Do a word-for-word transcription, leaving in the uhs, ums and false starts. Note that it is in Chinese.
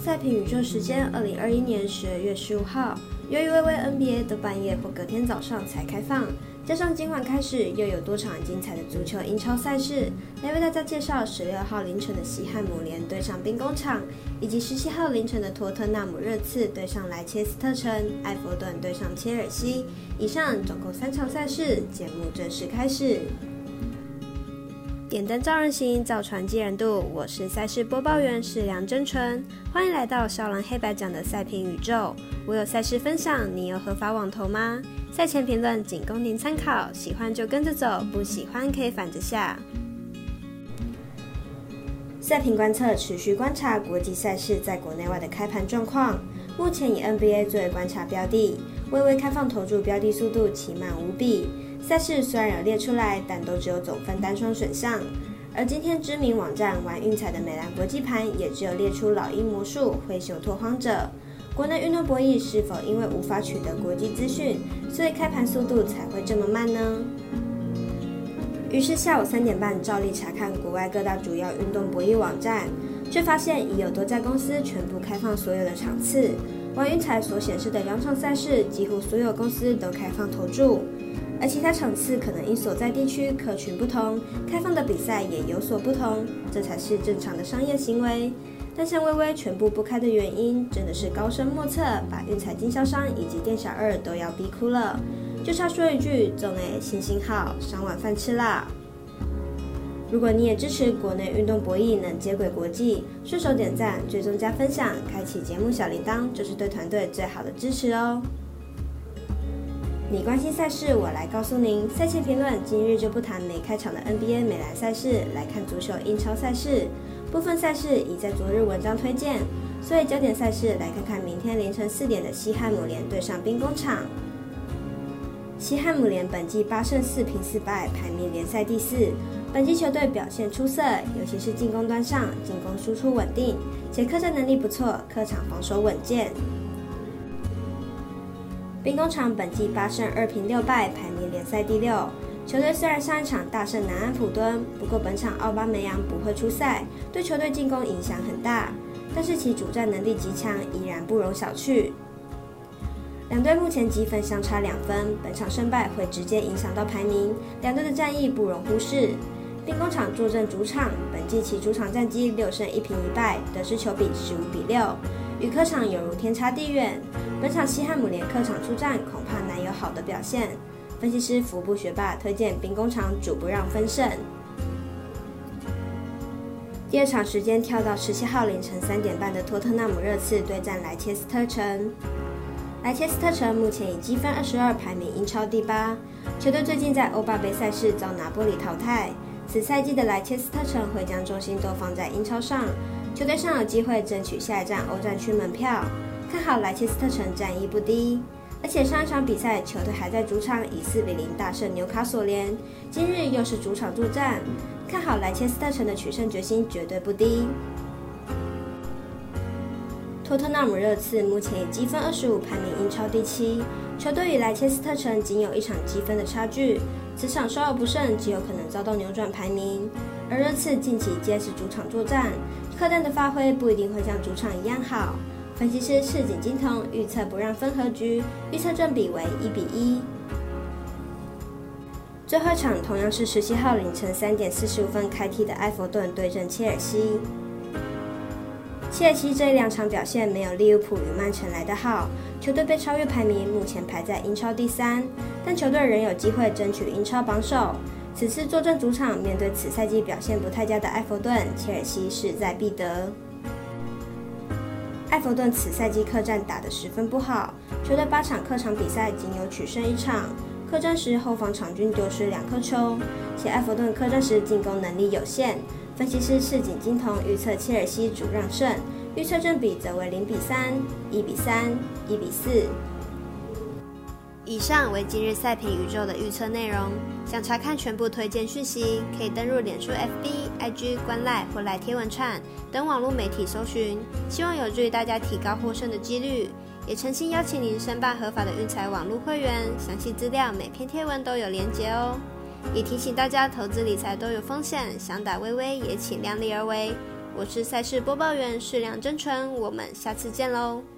赛评宇宙时间，二零二一年十二月十五号，由于微微 N B A 都半夜或隔天早上才开放，加上今晚开始又有多场精彩的足球英超赛事，来为大家介绍十六号凌晨的西汉姆联对上兵工厂，以及十七号凌晨的托特纳姆热刺对上莱切斯特城，埃弗顿对上切尔西。以上总共三场赛事，节目正式开始。点灯照人行，造船济人度。我是赛事播报员是梁真纯，欢迎来到少郎黑白奖的赛评宇宙。我有赛事分享，你有合法网投吗？赛前评论仅供您参考，喜欢就跟着走，不喜欢可以反着下。赛评观测持续观察国际赛事在国内外的开盘状况，目前以 N B A 作为观察标的，微微开放投注标的速度奇慢无比。赛事虽然有列出来，但都只有总分单双选项。而今天知名网站玩运彩的美兰国际盘也只有列出老鹰魔术、灰熊拓荒者。国内运动博弈是否因为无法取得国际资讯，所以开盘速度才会这么慢呢？于是下午三点半照例查看国外各大主要运动博弈网站，却发现已有多家公司全部开放所有的场次。玩运彩所显示的两场赛事，几乎所有公司都开放投注。而其他场次可能因所在地区客群不同，开放的比赛也有所不同，这才是正常的商业行为。但像微微全部不开的原因，真的是高深莫测，把运彩经销商以及店小二都要逼哭了。就差说一句，总诶行行好，赏碗饭吃啦。如果你也支持国内运动博弈能接轨国际，顺手点赞、追踪加分享，开启节目小铃铛，就是对团队最好的支持哦。你关心赛事，我来告诉您。赛前评论，今日就不谈没开场的 N B A 美篮赛事，来看足球英超赛事。部分赛事已在昨日文章推荐，所以焦点赛事来看看明天凌晨四点的西汉姆联对上兵工厂。西汉姆联本季八胜四平四败，排名联赛第四。本季球队表现出色，尤其是进攻端上，进攻输出稳定，且客战能力不错，客场防守稳健。兵工厂本季八胜二平六败，排名联赛第六。球队虽然上一场大胜南安普敦，不过本场奥巴梅扬不会出赛，对球队进攻影响很大。但是其主战能力极强，依然不容小觑。两队目前积分相差两分，本场胜败会直接影响到排名，两队的战役不容忽视。兵工厂坐镇主场，本季其主场战绩六胜一平一败，得失球比十五比六，与客场犹如天差地远。本场西汉姆联客场出战，恐怕难有好的表现。分析师福布学霸推荐兵工厂主不让分胜。第二场时间跳到十七号凌晨三点半的托特纳姆热刺对战莱切斯特城。莱切斯特城目前以积分二十二排名英超第八，球队最近在欧霸杯赛事遭拿波里淘汰。此赛季的莱切斯特城会将重心都放在英超上，球队尚有机会争取下一站欧战区门票。看好莱切斯特城战意不低，而且上一场比赛球队还在主场以四比零大胜纽卡索联，今日又是主场作战，看好莱切斯特城的取胜决心绝对不低。托特纳姆热刺目前以积分二十五排名英超第七，球队与莱切斯特城仅有一场积分的差距，此场稍有不慎极有可能遭到扭转排名。而热刺近期皆是主场作战，客战的发挥不一定会像主场一样好。分析师赤井金童预测不让分和局，预测正比为一比一。最后一场同样是十七号凌晨三点四十五分开踢的埃弗顿对阵切尔西。切尔西这一两场表现没有利物浦与曼城来得好，球队被超越排名目前排在英超第三，但球队仍有机会争取英超榜首。此次坐镇主场，面对此赛季表现不太佳的埃弗顿，切尔西势在必得。埃弗顿此赛季客战打得十分不好，球队八场客场比赛仅有取胜一场，客战时后防场均丢失两颗球，且埃弗顿客战时进攻能力有限。分析师赤井金童预测切尔西主让胜，预测正比则为零比三、一比三、一比四。以上为今日赛评宇宙的预测内容。想查看全部推荐讯息，可以登入脸书 F B、I G、官赖或赖贴文串等网络媒体搜寻，希望有助于大家提高获胜的几率。也诚心邀请您申办合法的运彩网络会员，详细资料每篇贴文都有连结哦。也提醒大家，投资理财都有风险，想打微微也请量力而为。 我是赛事播报员矢良真纯，我们下次见喽。